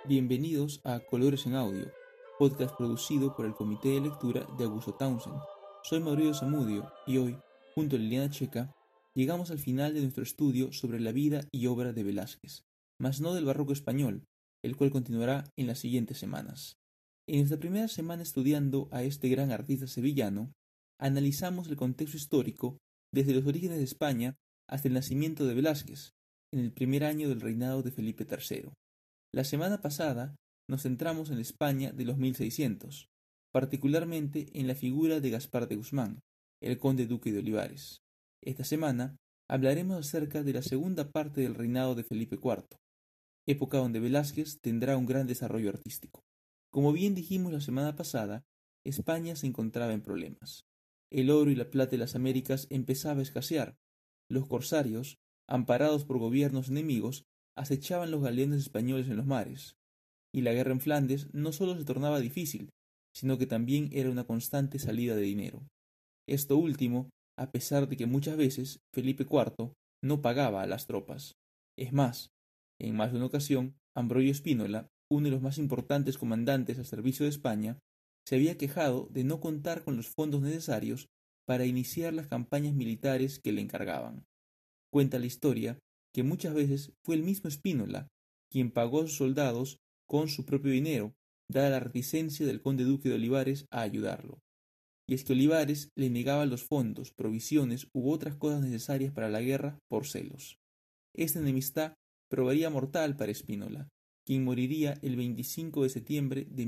Bienvenidos a Colores en Audio, podcast producido por el Comité de Lectura de Augusto Townsend. Soy Mauricio Zamudio y hoy, junto a Liliana Checa, llegamos al final de nuestro estudio sobre la vida y obra de Velázquez, mas no del barroco español, el cual continuará en las siguientes semanas. En nuestra primera semana estudiando a este gran artista sevillano, analizamos el contexto histórico desde los orígenes de España hasta el nacimiento de Velázquez, en el primer año del reinado de Felipe III. La semana pasada nos centramos en la España de los 1600, particularmente en la figura de Gaspar de Guzmán, el conde duque de Olivares. Esta semana hablaremos acerca de la segunda parte del reinado de Felipe IV, época donde Velázquez tendrá un gran desarrollo artístico. Como bien dijimos la semana pasada, España se encontraba en problemas. El oro y la plata de las Américas empezaba a escasear. Los corsarios, amparados por gobiernos enemigos, acechaban los galeones españoles en los mares, y la guerra en Flandes no solo se tornaba difícil, sino que también era una constante salida de dinero. Esto último, a pesar de que muchas veces Felipe IV no pagaba a las tropas. Es más, en más de una ocasión, Ambrogio Spínola, uno de los más importantes comandantes al servicio de España, se había quejado de no contar con los fondos necesarios para iniciar las campañas militares que le encargaban. Cuenta la historia que muchas veces fue el mismo Spínola quien pagó a sus soldados con su propio dinero, dada la reticencia del conde duque de Olivares a ayudarlo. Y es que Olivares le negaba los fondos, provisiones u otras cosas necesarias para la guerra por celos. Esta enemistad probaría mortal para Spínola, quien moriría el 25 de septiembre de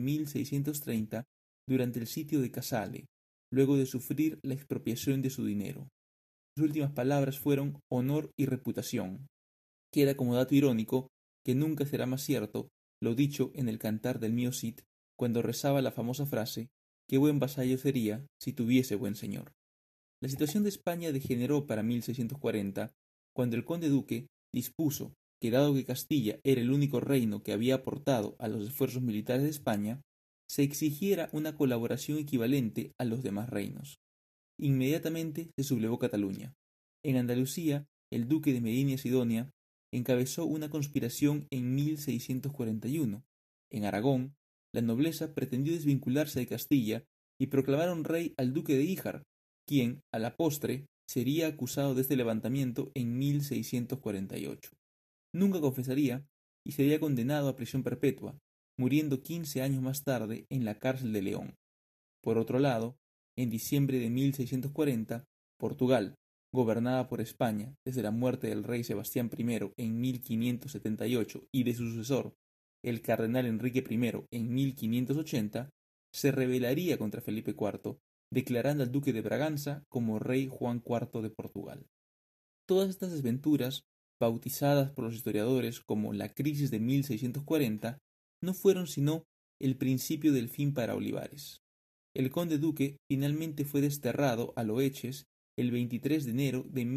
1630 durante el sitio de Casale, luego de sufrir la expropiación de su dinero. Sus últimas palabras fueron honor y reputación. Queda como dato irónico que nunca será más cierto lo dicho en el Cantar del mío Cid, cuando rezaba la famosa frase: «Qué buen vasallo sería si tuviese buen señor». La situación de España degeneró para 1640, cuando el conde duque dispuso que, dado que Castilla era el único reino que había aportado a los esfuerzos militares de España, se exigiera una colaboración equivalente a los demás reinos. Inmediatamente se sublevó Cataluña. En Andalucía, el duque de Medina y Sidonia encabezó una conspiración en 1641. En Aragón, la nobleza pretendió desvincularse de Castilla y proclamaron rey al duque de Híjar, quien, a la postre, sería acusado de este levantamiento en 1648. Nunca confesaría y sería condenado a prisión perpetua, muriendo 15 años más tarde en la cárcel de León. Por otro lado, en diciembre de 1640, Portugal, gobernada por España desde la muerte del rey Sebastián I en 1578 y de su sucesor, el cardenal Enrique I, en 1580, se rebelaría contra Felipe IV, declarando al duque de Braganza como rey Juan IV de Portugal. Todas estas desventuras, bautizadas por los historiadores como la crisis de 1640, no fueron sino el principio del fin para Olivares. El conde duque finalmente fue desterrado a Loeches el 23 de enero de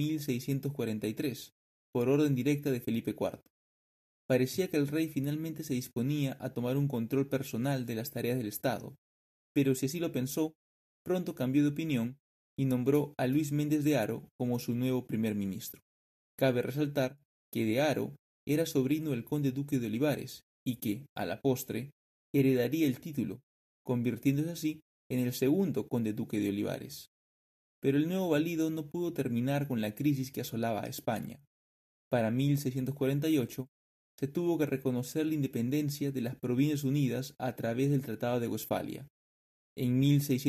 1643, por orden directa de Felipe IV. Parecía que el rey finalmente se disponía a tomar un control personal de las tareas del Estado, pero si así lo pensó, pronto cambió de opinión y nombró a Luis Méndez de Haro como su nuevo primer ministro. Cabe resaltar que de Haro era sobrino del conde duque de Olivares y que, a la postre, heredaría el título, convirtiéndose así en el segundo conde duque de Olivares. Pero el nuevo valido no pudo terminar con la crisis que asolaba a España. Para 1648 se tuvo que reconocer la independencia de las Provincias Unidas a través del Tratado de Westfalia. En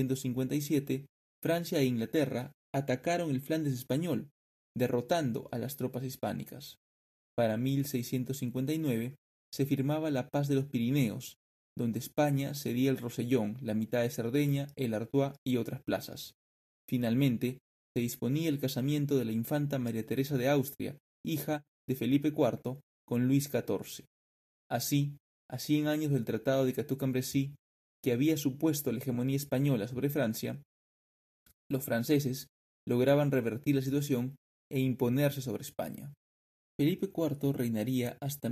1657, Francia e Inglaterra atacaron el Flandes español, derrotando a las tropas hispánicas. Para 1659 se firmaba la Paz de los Pirineos, donde España cedía el Rosellón, la mitad de Cerdeña, el Artois y otras plazas. Finalmente, se disponía el casamiento de la infanta María Teresa de Austria, hija de Felipe IV, con Luis XIV. Así, a 100 años del Tratado de Cateau-Cambrésis, que había supuesto la hegemonía española sobre Francia, los franceses lograban revertir la situación e imponerse sobre España. Felipe IV reinaría hasta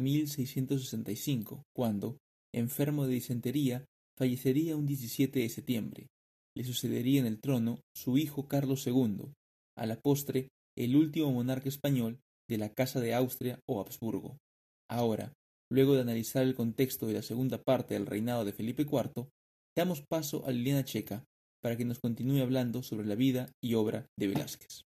1665, cuando, enfermo de disentería, fallecería un 17 de septiembre. Le sucedería en el trono su hijo Carlos II, a la postre el último monarca español de la Casa de Austria o Habsburgo. Ahora, Luego de analizar el contexto de la segunda parte del reinado de Felipe IV, damos paso a Liliana Checa para que nos continúe hablando sobre la vida y obra de Velázquez.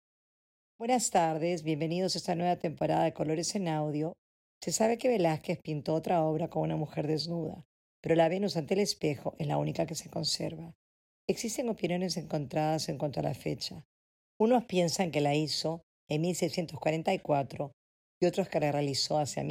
Buenas tardes, bienvenidos a esta nueva temporada de Colores en Audio. Se sabe que Velázquez pintó otra obra con una mujer desnuda, pero la Venus ante el espejo es la única que se conserva. Existen opiniones encontradas en cuanto a la fecha. Unos piensan que la hizo en 1644 y otros que la realizó hacia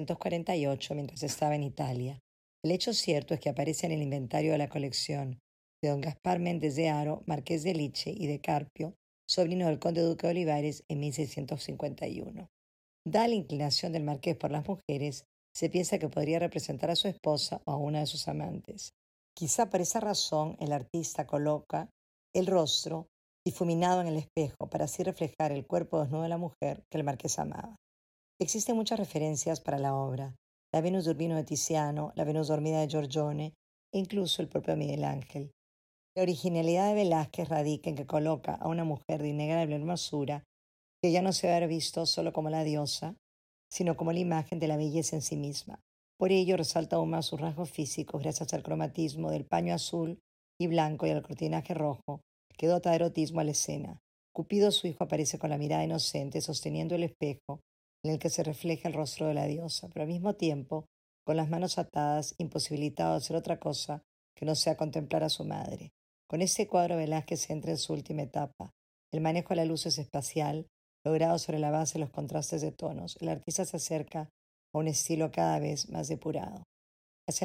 1648 mientras estaba en Italia. El hecho cierto es que aparece en el inventario de la colección de don Gaspar Méndez de Haro, marqués de Liche y de Carpio, sobrino del conde duque de Olivares, en 1651. Dada la inclinación del marqués por las mujeres, se piensa que podría representar a su esposa o a una de sus amantes. Quizá por esa razón el artista coloca el rostro difuminado en el espejo para así reflejar el cuerpo desnudo de la mujer que el marqués amaba. Existen muchas referencias para la obra: la Venus de Urbino de Tiziano, la Venus dormida de Giorgione e incluso el propio Miguel Ángel. La originalidad de Velázquez radica en que coloca a una mujer de innegable hermosura que ya no se debe haber visto solo como la diosa, sino como la imagen de la belleza en sí misma. Por ello resalta aún más sus rasgos físicos gracias al cromatismo del paño azul y blanco y al cortinaje rojo que dota de erotismo a la escena. Cupido, su hijo, aparece con la mirada inocente sosteniendo el espejo en el que se refleja el rostro de la diosa, pero al mismo tiempo con las manos atadas, imposibilitado de hacer otra cosa que no sea contemplar a su madre. Con este cuadro Velázquez entra en su última etapa. El manejo de la luz es espacial, logrado sobre la base de los contrastes de tonos. El artista se acerca a un estilo cada vez más depurado. Hacia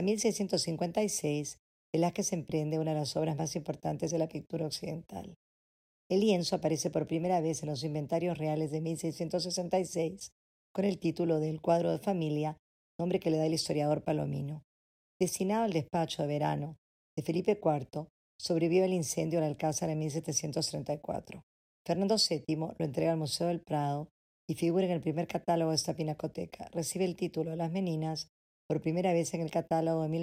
1656, Velázquez emprende una de las obras más importantes de la pintura occidental. El lienzo aparece por primera vez en los inventarios reales de 1666 con el título de El cuadro de familia, nombre que le da el historiador Palomino. Destinado al despacho de verano de Felipe IV, sobrevive el incendio del Alcázar en 1734. Fernando VII lo entrega al Museo del Prado y figura en el primer catálogo de esta pinacoteca. Recibe el título de Las Meninas por primera vez en el catálogo de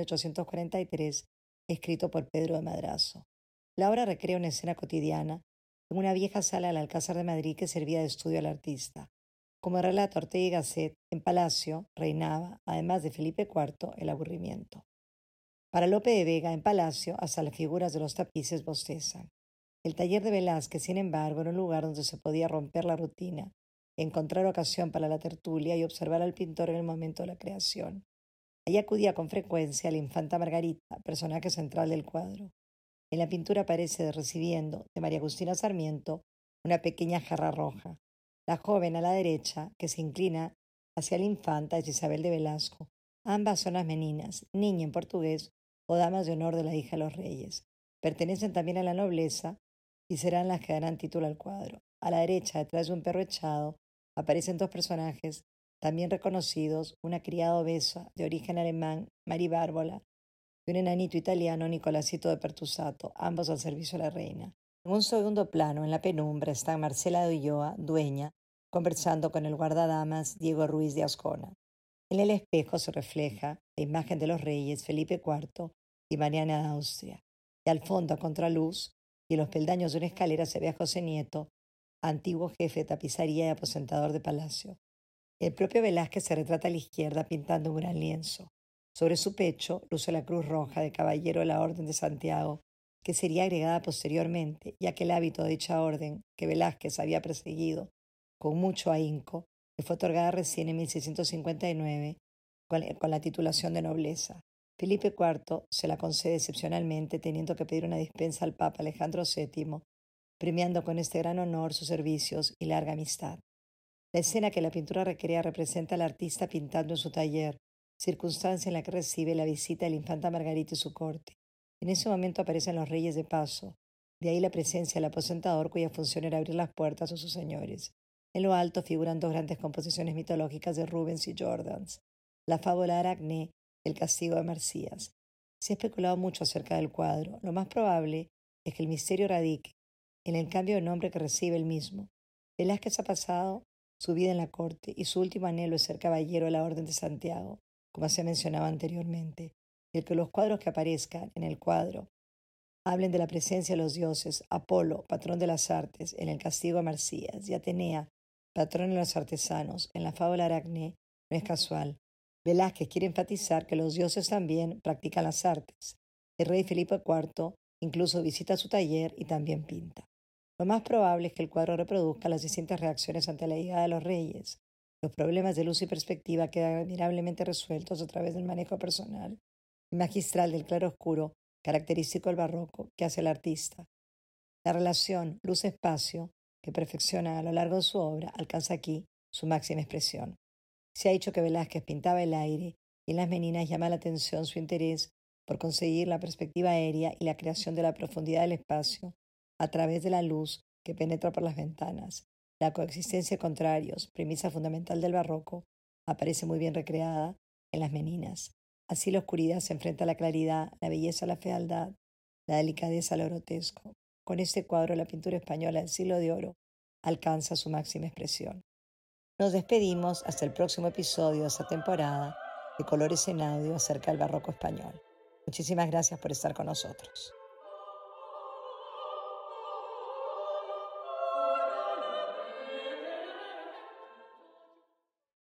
1843, escrito por Pedro de Madrazo. La obra recrea una escena cotidiana en una vieja sala del Alcázar de Madrid que servía de estudio al artista. Como relata Ortega y Gasset, en Palacio reinaba, además de Felipe IV, el aburrimiento. Para Lope de Vega, en Palacio, hasta las figuras de los tapices bostezan. El taller de Velázquez, sin embargo, era un lugar donde se podía romper la rutina, encontrar ocasión para la tertulia y observar al pintor en el momento de la creación. Allí acudía con frecuencia la infanta Margarita, personaje central del cuadro. En la pintura aparece recibiendo de María Agustina Sarmiento una pequeña jarra roja. La joven a la derecha, que se inclina hacia la infanta, es Isabel de Velasco. Ambas son las meninas, niña en portugués o damas de honor de la hija de los reyes. Pertenecen también a la nobleza y serán las que darán título al cuadro. A la derecha, detrás de un perro echado, aparecen dos personajes también reconocidos: una criada obesa de origen alemán, Mari Bárbola, y un enanito italiano, Nicolásito de Pertusato, ambos al servicio de la reina. En un segundo plano, en la penumbra, están Marcela de Ulloa, dueña, conversando con el guardadamas Diego Ruiz de Ascona. En el espejo se refleja la imagen de los reyes Felipe IV y Mariana de Austria. Y al fondo, a contraluz, y en los peldaños de una escalera, se ve a José Nieto, antiguo jefe de tapicería y aposentador de palacio. El propio Velázquez se retrata a la izquierda pintando un gran lienzo. Sobre su pecho luce la cruz roja de caballero de la Orden de Santiago, que sería agregada posteriormente, ya que el hábito de dicha orden, que Velázquez había perseguido con mucho ahínco, le fue otorgada recién en 1659 con la titulación de nobleza. Felipe IV se la concede excepcionalmente, teniendo que pedir una dispensa al Papa Alejandro VII, premiando con este gran honor sus servicios y larga amistad. La escena que la pintura recrea representa al artista pintando en su taller, circunstancia en la que recibe la visita de la infanta Margarita y su corte. En ese momento aparecen los reyes de paso, de ahí la presencia del aposentador cuya función era abrir las puertas a sus señores. En lo alto figuran dos grandes composiciones mitológicas de Rubens y Jordans, la fábula de Aracné y el castigo de Marcías. Se ha especulado mucho acerca del cuadro. Lo más probable es que el misterio radique en el cambio de nombre que recibe el mismo. Velázquez ha pasado su vida en la corte y su último anhelo es ser caballero de la Orden de Santiago, como se mencionaba anteriormente. El que los cuadros que aparezcan en el cuadro hablen de la presencia de los dioses: Apolo, patrón de las artes, en el castigo a Marcías, y Atenea, patrón de los artesanos, en la fábula Aracné, no es casual. Velázquez quiere enfatizar que los dioses también practican las artes. El rey Felipe IV incluso visita su taller y también pinta. Lo más probable es que el cuadro reproduzca las distintas reacciones ante la llegada de los reyes. Los problemas de luz y perspectiva quedan admirablemente resueltos a través del manejo personal y magistral del claroscuro característico del barroco que hace el artista. La relación luz-espacio que perfecciona a lo largo de su obra alcanza aquí su máxima expresión. Se ha dicho que Velázquez pintaba el aire y en las meninas llama la atención su interés por conseguir la perspectiva aérea y la creación de la profundidad del espacio a través de la luz que penetra por las ventanas. La coexistencia de contrarios, premisa fundamental del barroco, aparece muy bien recreada en las meninas. Así la oscuridad se enfrenta a la claridad, la belleza a la fealdad, la delicadeza a lo grotesco. Con este cuadro la pintura española del siglo de oro alcanza su máxima expresión. Nos despedimos hasta el próximo episodio de esta temporada de Colores en Audio acerca del barroco español. Muchísimas gracias por estar con nosotros.